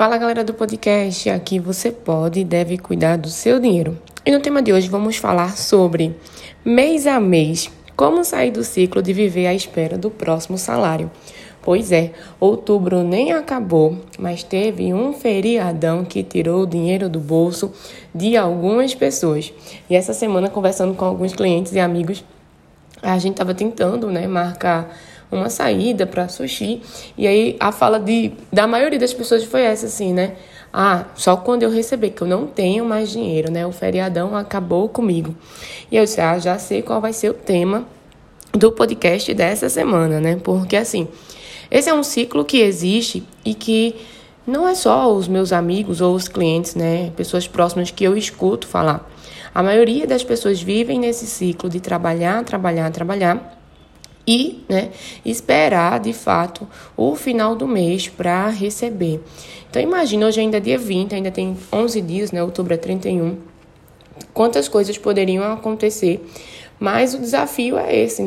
Fala, galera do podcast, aqui você pode e deve cuidar do seu dinheiro. E no tema de hoje vamos falar sobre mês a mês, como sair do ciclo de viver à espera do próximo salário. Pois é, outubro nem acabou, mas teve um feriadão que tirou o dinheiro do bolso de algumas pessoas. E essa semana, conversando com alguns clientes e amigos, a gente estava tentando, marcar uma saída para sushi, e aí a fala da maioria das pessoas foi essa, assim, só quando eu receber, que eu não tenho mais dinheiro, o feriadão acabou comigo. E eu disse, já sei qual vai ser o tema do podcast dessa semana, porque assim, esse é um ciclo que existe e que não é só os meus amigos ou os clientes, pessoas próximas que eu escuto falar. A maioria das pessoas vivem nesse ciclo de trabalhar e esperar, de fato, o final do mês para receber. Então, imagina, hoje ainda é dia 20, ainda tem 11 dias, outubro é 31, quantas coisas poderiam acontecer, mas o desafio é esse,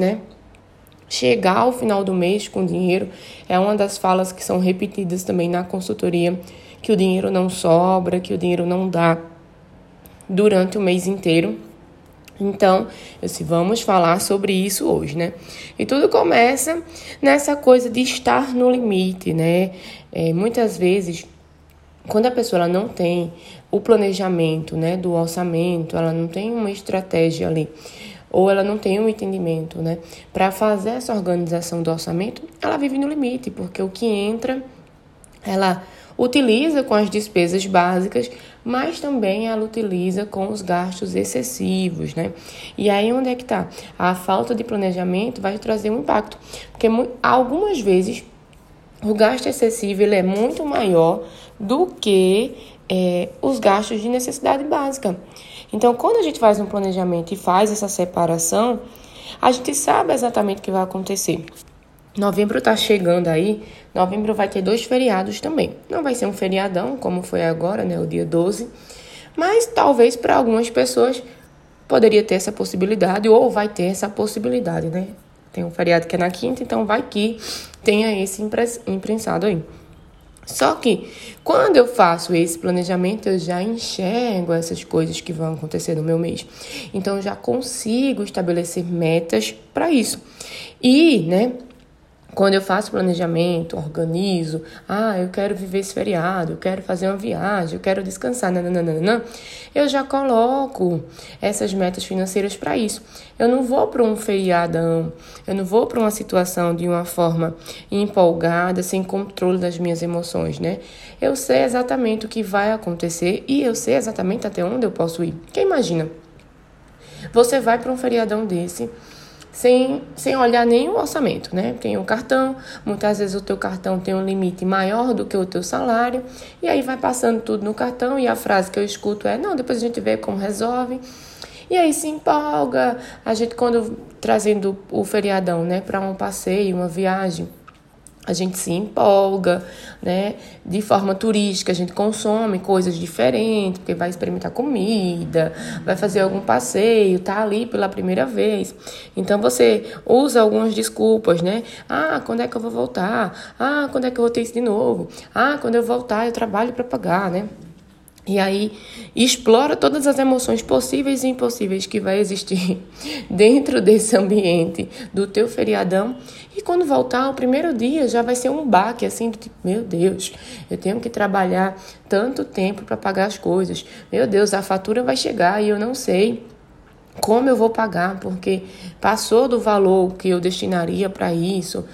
Chegar ao final do mês com dinheiro é uma das falas que são repetidas também na consultoria, que o dinheiro não sobra, que o dinheiro não dá durante o mês inteiro. Então, vamos falar sobre isso hoje, E tudo começa nessa coisa de estar no limite, muitas vezes, quando a pessoa ela não tem o planejamento, do orçamento, ela não tem uma estratégia ali, ou ela não tem um entendimento, para fazer essa organização do orçamento, ela vive no limite, porque o que entra, ela utiliza com as despesas básicas, mas também ela utiliza com os gastos excessivos, E aí onde é que está? A falta de planejamento vai trazer um impacto, porque algumas vezes o gasto excessivo ele é muito maior do que os gastos de necessidade básica. Então, quando a gente faz um planejamento e faz essa separação, a gente sabe exatamente o que vai acontecer. Novembro está chegando aí, novembro vai ter 2 feriados também. Não vai ser um feriadão, como foi agora, o dia 12, mas talvez para algumas pessoas poderia ter essa possibilidade, ou vai ter essa possibilidade, Tem um feriado que é na quinta, então vai que tenha esse imprensado aí. Só que, quando eu faço esse planejamento, eu já enxergo essas coisas que vão acontecer no meu mês. Então, eu já consigo estabelecer metas para isso. E, quando eu faço planejamento, organizo, eu quero viver esse feriado, eu quero fazer uma viagem, eu quero descansar, eu já coloco essas metas financeiras para isso. Eu não vou para um feriadão, eu não vou para uma situação de uma forma empolgada, sem controle das minhas emoções, Eu sei exatamente o que vai acontecer e eu sei exatamente até onde eu posso ir. Porque imagina, você vai para um feriadão desse, sem olhar nenhum orçamento, Tem um cartão, muitas vezes o teu cartão tem um limite maior do que o teu salário, e aí vai passando tudo no cartão, e a frase que eu escuto é, depois a gente vê como resolve, e aí se empolga, a gente quando trazendo o feriadão, para um passeio, uma viagem, a gente se empolga, de forma turística, a gente consome coisas diferentes, porque vai experimentar comida, vai fazer algum passeio, tá ali pela primeira vez. Então, você usa algumas desculpas, quando é que eu vou voltar? Quando é que eu vou ter isso de novo? Quando eu voltar, eu trabalho para pagar, E aí, explora todas as emoções possíveis e impossíveis que vai existir dentro desse ambiente do teu feriadão. E quando voltar, o primeiro dia já vai ser um baque, assim, do tipo, meu Deus, eu tenho que trabalhar tanto tempo para pagar as coisas. Meu Deus, a fatura vai chegar e eu não sei como eu vou pagar, porque passou do valor que eu destinaria para isso.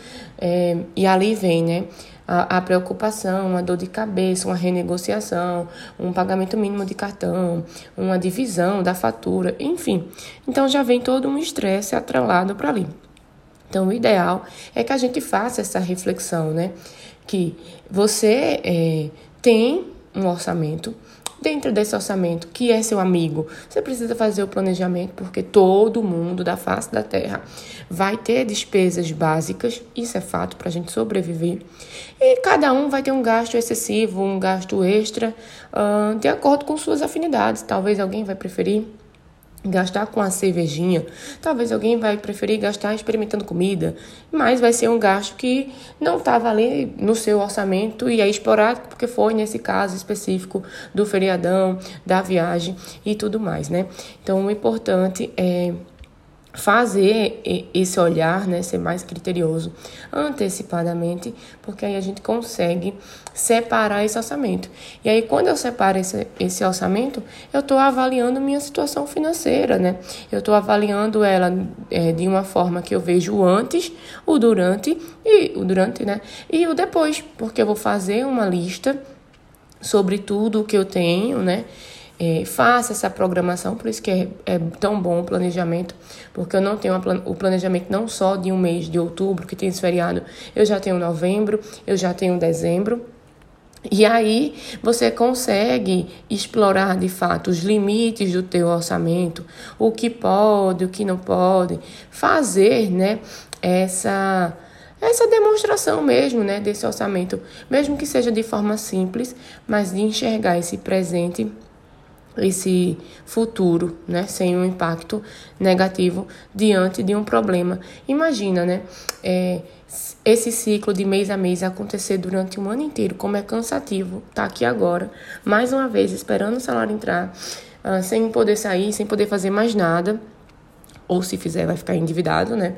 E ali vem, a preocupação, a dor de cabeça, uma renegociação, um pagamento mínimo de cartão, uma divisão da fatura, enfim. Então, já vem todo um estresse atrelado para ali. Então, o ideal é que a gente faça essa reflexão, Que você tem um orçamento. Dentro desse orçamento, que é seu amigo, você precisa fazer o planejamento, porque todo mundo da face da terra vai ter despesas básicas, isso é fato para a gente sobreviver, e cada um vai ter um gasto excessivo, um gasto extra, de acordo com suas afinidades. Talvez alguém vai preferir gastar com a cervejinha, talvez alguém vai preferir gastar experimentando comida, mas vai ser um gasto que não estava ali no seu orçamento e é esporádico porque foi nesse caso específico do feriadão, da viagem e tudo mais, né? Então, o importante é fazer esse olhar, né, ser mais criterioso antecipadamente, porque aí a gente consegue separar esse orçamento. E aí, quando eu separo esse orçamento, eu estou avaliando minha situação financeira, né? Eu estou avaliando ela de uma forma que eu vejo o antes, o durante, né? E o depois, porque eu vou fazer uma lista sobre tudo o que eu tenho, né? Faça essa programação, por isso que é tão bom o planejamento, porque eu não tenho o planejamento não só de um mês de outubro, que tem esse feriado, eu já tenho novembro, eu já tenho dezembro, e aí você consegue explorar de fato os limites do teu orçamento, o que pode, o que não pode, fazer, né, essa demonstração mesmo, né, desse orçamento, mesmo que seja de forma simples, mas de enxergar esse presente, esse futuro, né, sem um impacto negativo diante de um problema. Imagina, né, esse ciclo de mês a mês acontecer durante um ano inteiro, como é cansativo, tá aqui agora, mais uma vez, esperando o salário entrar, sem poder sair, sem poder fazer mais nada, ou se fizer vai ficar endividado, né,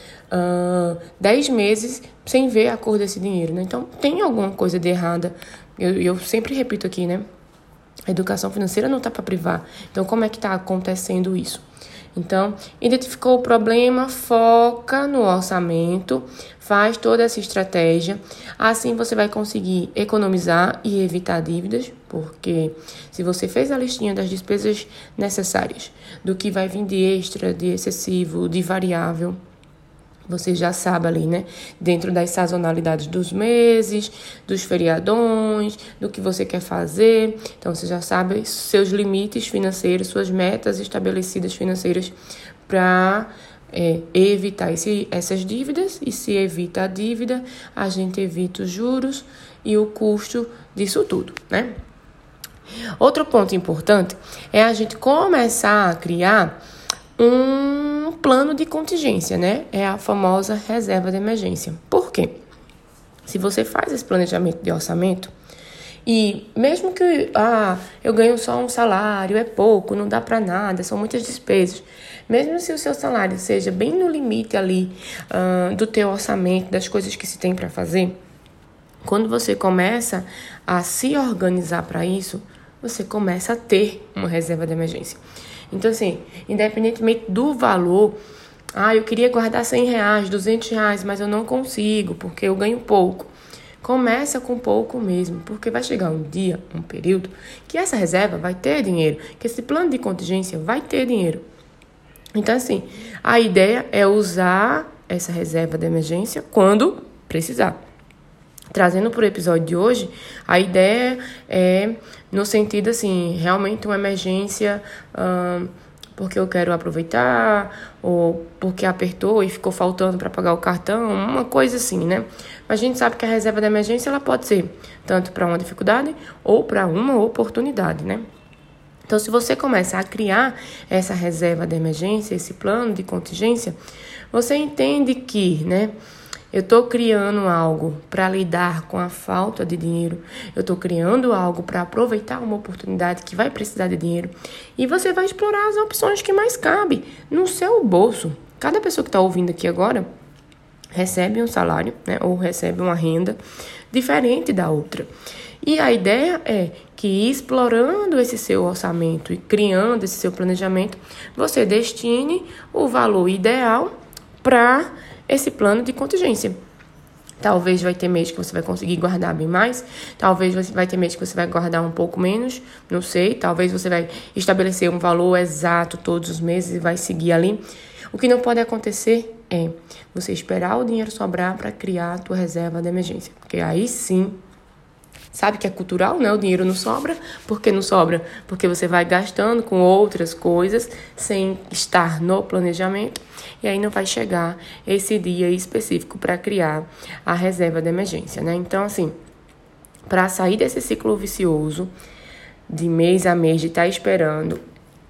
10 meses sem ver a cor desse dinheiro, né, então tem alguma coisa de errada, eu sempre repito aqui, né, a educação financeira não está para privar. Então, como é que está acontecendo isso? Então, identificou o problema, foca no orçamento, faz toda essa estratégia. Assim, você vai conseguir economizar e evitar dívidas, porque se você fez a listinha das despesas necessárias, do que vai vir de extra, de excessivo, de variável, você já sabe ali, né? Dentro das sazonalidades dos meses, dos feriadões, do que você quer fazer. Então, você já sabe seus limites financeiros, suas metas estabelecidas financeiras para evitar essas dívidas. E se evita a dívida, a gente evita os juros e o custo disso tudo, né? Outro ponto importante é a gente começar a criar um plano de contingência, né? É a famosa reserva de emergência. Por quê? Se você faz esse planejamento de orçamento e mesmo que eu ganho só um salário, é pouco, não dá para nada, são muitas despesas. Mesmo se o seu salário seja bem no limite ali do teu orçamento, das coisas que se tem para fazer, quando você começa a se organizar para isso, você começa a ter uma reserva de emergência. Então, assim, independentemente do valor, eu queria guardar R$100, R$200, mas eu não consigo, porque eu ganho pouco. Começa com pouco mesmo, porque vai chegar um dia, um período, que essa reserva vai ter dinheiro, que esse plano de contingência vai ter dinheiro. Então, assim, a ideia é usar essa reserva de emergência quando precisar. Trazendo para o episódio de hoje, a ideia é no sentido, assim, realmente uma emergência, porque eu quero aproveitar, ou porque apertou e ficou faltando para pagar o cartão, uma coisa assim, né? Mas a gente sabe que a reserva de emergência, ela pode ser tanto para uma dificuldade ou para uma oportunidade, né? Então, se você começa a criar essa reserva de emergência, esse plano de contingência, você entende que, né, eu estou criando algo para lidar com a falta de dinheiro. Eu estou criando algo para aproveitar uma oportunidade que vai precisar de dinheiro. E você vai explorar as opções que mais cabem no seu bolso. Cada pessoa que está ouvindo aqui agora recebe um salário, né, ou recebe uma renda diferente da outra. E a ideia é que, explorando esse seu orçamento e criando esse seu planejamento, você destine o valor ideal para esse plano de contingência. Talvez vai ter mês que você vai conseguir guardar bem mais, talvez vai ter mês que você vai guardar um pouco menos, não sei, talvez você vai estabelecer um valor exato todos os meses e vai seguir ali. O que não pode acontecer é você esperar o dinheiro sobrar para criar a tua reserva de emergência, porque aí sim, sabe que é cultural, né? O dinheiro não sobra. Por que não sobra? Porque você vai gastando com outras coisas sem estar no planejamento. E aí não vai chegar esse dia específico para criar a reserva de emergência, né? Então, assim, para sair desse ciclo vicioso de mês a mês, de estar esperando,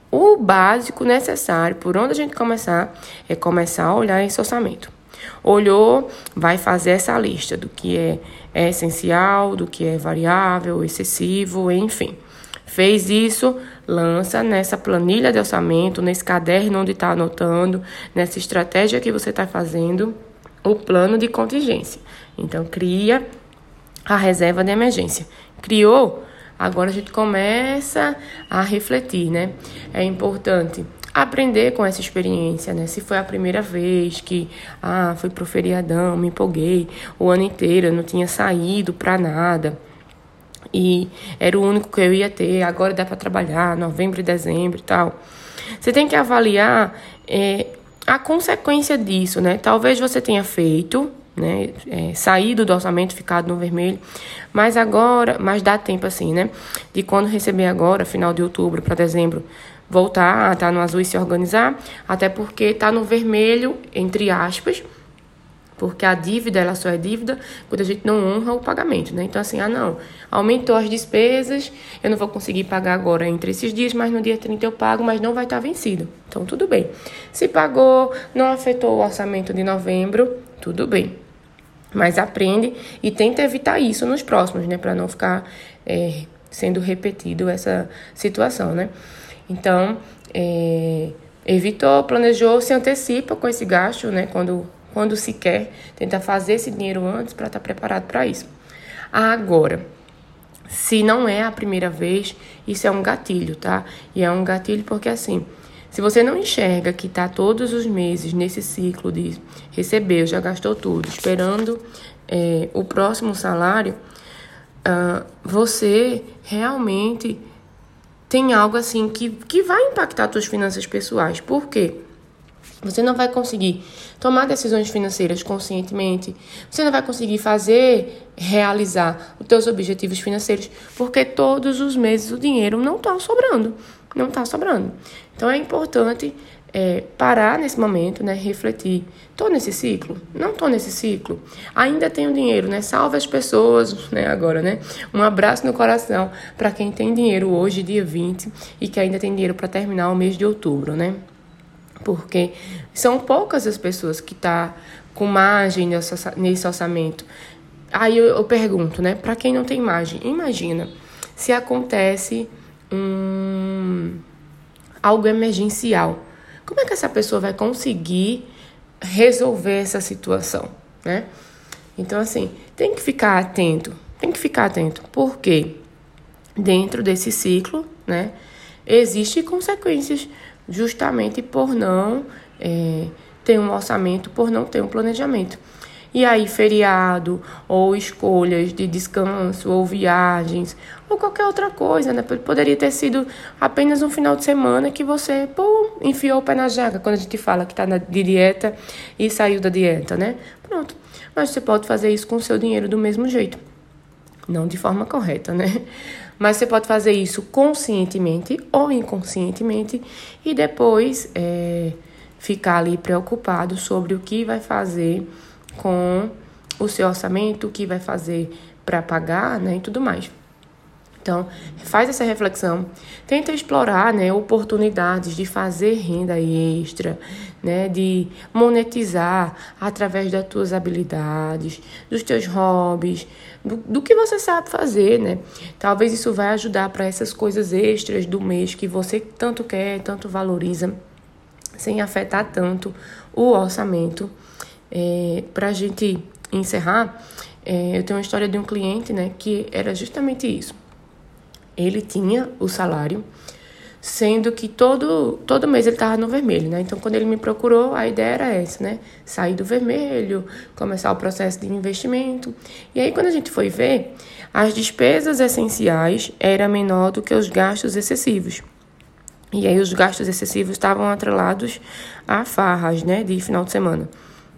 O básico necessário, por onde a gente começar, é começar a olhar esse orçamento. Olhou, vai fazer essa lista do que é essencial, do que é variável, excessivo, enfim. Fez isso, lança nessa planilha de orçamento, nesse caderno onde está anotando, nessa estratégia que você está fazendo, o plano de contingência. Então, cria a reserva de emergência. Criou? Agora a gente começa a refletir, né? É importante aprender com essa experiência, né? Se foi a primeira vez que, fui pro feriadão, me empolguei, o ano inteiro eu não tinha saído para nada e era o único que eu ia ter, agora dá para trabalhar, novembro e dezembro e tal. Você tem que avaliar a consequência disso, né? Talvez você tenha feito, né, saído do orçamento, ficado no vermelho, mas dá tempo assim, né, de quando receber agora, final de outubro para dezembro, voltar a estar no azul e se organizar, até porque está no vermelho, entre aspas, porque a dívida, ela só é dívida quando a gente não honra o pagamento, né? Então, assim, não, aumentou as despesas, eu não vou conseguir pagar agora entre esses dias, mas no dia 30 eu pago, mas não vai estar vencido. Então, tudo bem. Se pagou, não afetou o orçamento de novembro, tudo bem. Mas aprende e tenta evitar isso nos próximos, né? Para não ficar sendo repetido essa situação, né? Então, evitou, planejou, se antecipa com esse gasto, né? Quando se quer, tenta fazer esse dinheiro antes para estar preparado para isso. Agora, se não é a primeira vez, isso é um gatilho, tá? E é um gatilho porque, assim, se você não enxerga que está todos os meses nesse ciclo de recebeu, já gastou tudo, esperando o próximo salário, você realmente tem algo assim que vai impactar as suas finanças pessoais. Por quê? Você não vai conseguir tomar decisões financeiras conscientemente. Você não vai conseguir realizar os seus objetivos financeiros, porque todos os meses o dinheiro não está sobrando. Não está sobrando. Então, é importante parar nesse momento, né? Refletir. Estou nesse ciclo? Não estou nesse ciclo? Ainda tenho dinheiro, né? Salve as pessoas, né? Agora, né? Um abraço no coração para quem tem dinheiro hoje, dia 20, e que ainda tem dinheiro para terminar o mês de outubro, né? Porque são poucas as pessoas que estão com margem nesse orçamento. Aí eu pergunto, né? Para quem não tem margem, imagina se acontece algo emergencial. Como é que essa pessoa vai conseguir resolver essa situação, né? Então, assim, tem que ficar atento. Porque dentro desse ciclo, né, existem consequências justamente por não ter um orçamento, por não ter um planejamento. E aí, feriado, ou escolhas de descanso, ou viagens, ou qualquer outra coisa, né? Poderia ter sido apenas um final de semana que você, enfiou o pé na jaca, quando a gente fala que está de dieta e saiu da dieta, né? Pronto. Mas você pode fazer isso com o seu dinheiro do mesmo jeito. Não de forma correta, né? Mas você pode fazer isso conscientemente ou inconscientemente e depois ficar ali preocupado sobre o que vai fazer com o seu orçamento, o que vai fazer para pagar, né, e tudo mais. Então, faz essa reflexão, tenta explorar, né, oportunidades de fazer renda extra, né, de monetizar através das tuas habilidades, dos teus hobbies, do que você sabe fazer, né? Talvez isso vai ajudar para essas coisas extras do mês que você tanto quer, tanto valoriza, sem afetar tanto o orçamento. Para a gente encerrar, eu tenho uma história de um cliente, né, que era justamente isso. Ele tinha o salário, sendo que todo mês ele estava no vermelho, né? Então, quando ele me procurou, a ideia era essa, né? Sair do vermelho, começar o processo de investimento. E aí, quando a gente foi ver, as despesas essenciais eram menor do que os gastos excessivos. E aí, os gastos excessivos estavam atrelados a farras, né, de final de semana.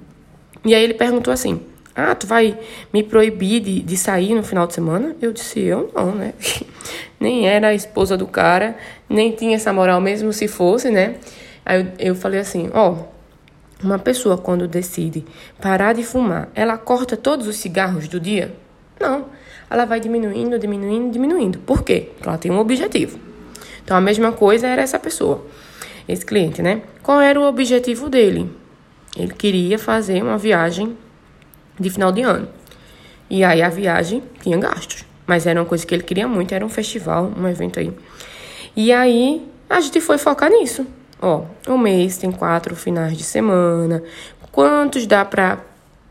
E aí ele perguntou assim, tu vai me proibir de sair no final de semana? Eu disse, eu não, né? Nem era a esposa do cara, nem tinha essa moral mesmo se fosse, né? Aí eu falei assim, uma pessoa quando decide parar de fumar, ela corta todos os cigarros do dia? Não, ela vai diminuindo. Por quê? Porque ela tem um objetivo. Então, a mesma coisa era essa pessoa, esse cliente, né? Qual era o objetivo dele? Ele queria fazer uma viagem de final de ano. E aí, a viagem tinha gastos. Mas era uma coisa que ele queria muito, era um festival, um evento aí. E aí, a gente foi focar nisso. Ó, o mês tem 4 finais de semana. Quantos dá pra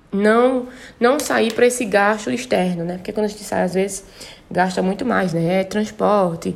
não sair para esse gasto externo, né? Porque quando a gente sai, às vezes, gasta muito mais, né? É transporte,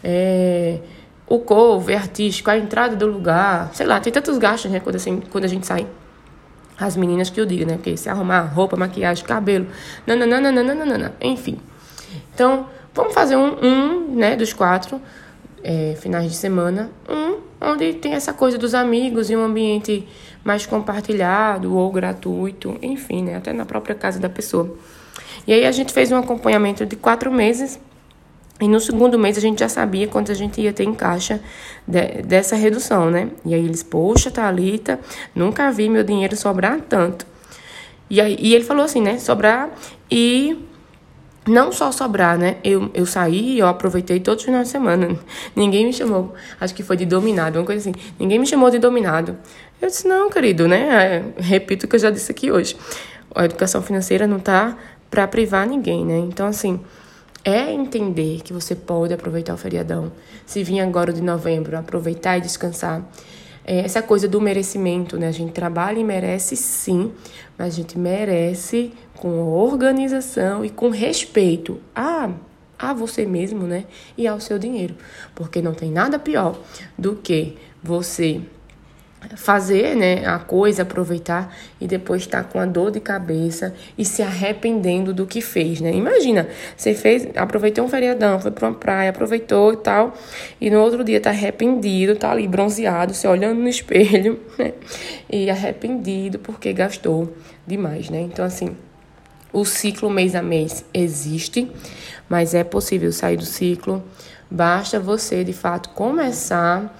o cover artístico, a entrada do lugar, sei lá, tem tantos gastos, né? Quando a gente sai. As meninas que eu digo, né? Porque se arrumar roupa, maquiagem, cabelo, nananana, enfim. Então, vamos fazer né, dos 4 finais de semana, onde tem essa coisa dos amigos e um ambiente mais compartilhado ou gratuito, enfim, né, até na própria casa da pessoa. E aí a gente fez um acompanhamento de 4 meses e no segundo mês a gente já sabia quanto a gente ia ter em caixa dessa redução, né? E aí eles, poxa, Thalita, nunca vi meu dinheiro sobrar tanto. E ele falou assim, né, sobrar e... Não só sobrar, né? Eu saí, eu aproveitei todos os finais de semana. Ninguém me chamou, acho que foi de dominado, uma coisa assim. Ninguém me chamou de dominado. Eu disse, não, querido, né? Repito o que eu já disse aqui hoje. A educação financeira não tá para privar ninguém, né? Então, assim, é entender que você pode aproveitar o feriadão. Se vir agora de novembro, aproveitar e descansar. Essa coisa do merecimento, né? A gente trabalha e merece sim, mas a gente merece com organização e com respeito a você mesmo, né? E ao seu dinheiro. Porque não tem nada pior do que você fazer, né, a coisa, aproveitar e depois estar com a dor de cabeça e se arrependendo do que fez, né? Imagina, você aproveitou um feriadão, foi para uma praia, aproveitou e tal, e no outro dia tá arrependido, tá ali bronzeado, se olhando no espelho, né? E arrependido porque gastou demais, né? Então, assim, o ciclo mês a mês existe, mas é possível sair do ciclo. Basta você, de fato, começar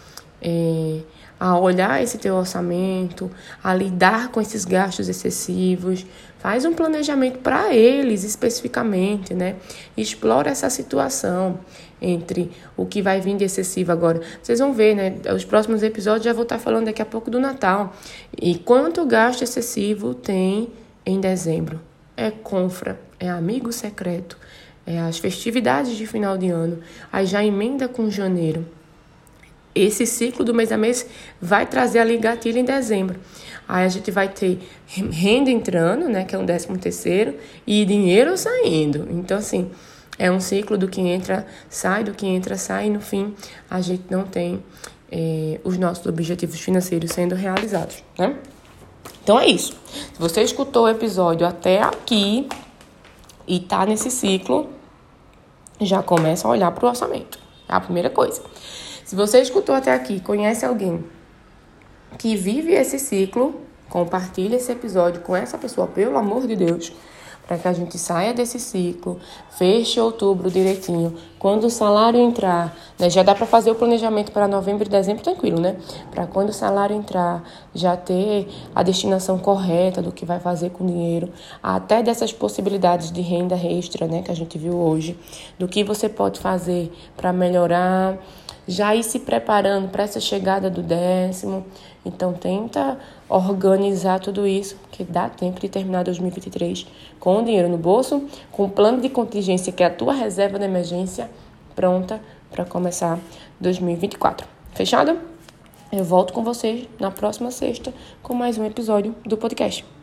a olhar esse teu orçamento, a lidar com esses gastos excessivos. Faz um planejamento para eles especificamente, né? Explora essa situação entre o que vai vir de excessivo agora. Vocês vão ver, né? Os próximos episódios já vou estar falando daqui a pouco do Natal. E quanto gasto excessivo tem em dezembro? É confra, é amigo secreto, é as festividades de final de ano, aí já emenda com janeiro. Esse ciclo do mês a mês vai trazer ali gatilho em dezembro. Aí a gente vai ter renda entrando, né, que é um 13º, e dinheiro saindo. Então, assim, é um ciclo do que entra, sai, do que entra, sai, e no fim a gente não tem os nossos objetivos financeiros sendo realizados, né? Então é isso. Se você escutou o episódio até aqui e tá nesse ciclo, já começa a olhar para o orçamento. É a primeira coisa. Se você escutou até aqui, conhece alguém que vive esse ciclo, compartilha esse episódio com essa pessoa, pelo amor de Deus, para que a gente saia desse ciclo, feche outubro direitinho. Quando o salário entrar, né, já dá para fazer o planejamento para novembro e dezembro tranquilo, né? Para quando o salário entrar, já ter a destinação correta do que vai fazer com o dinheiro, até dessas possibilidades de renda extra, né, que a gente viu hoje, do que você pode fazer para melhorar, já ir se preparando para essa chegada do 10º. Então, tenta organizar tudo isso, que dá tempo de terminar 2023 com o dinheiro no bolso, com o plano de contingência, que é a tua reserva de emergência, pronta para começar 2024. Fechado? Eu volto com vocês na próxima sexta com mais um episódio do podcast.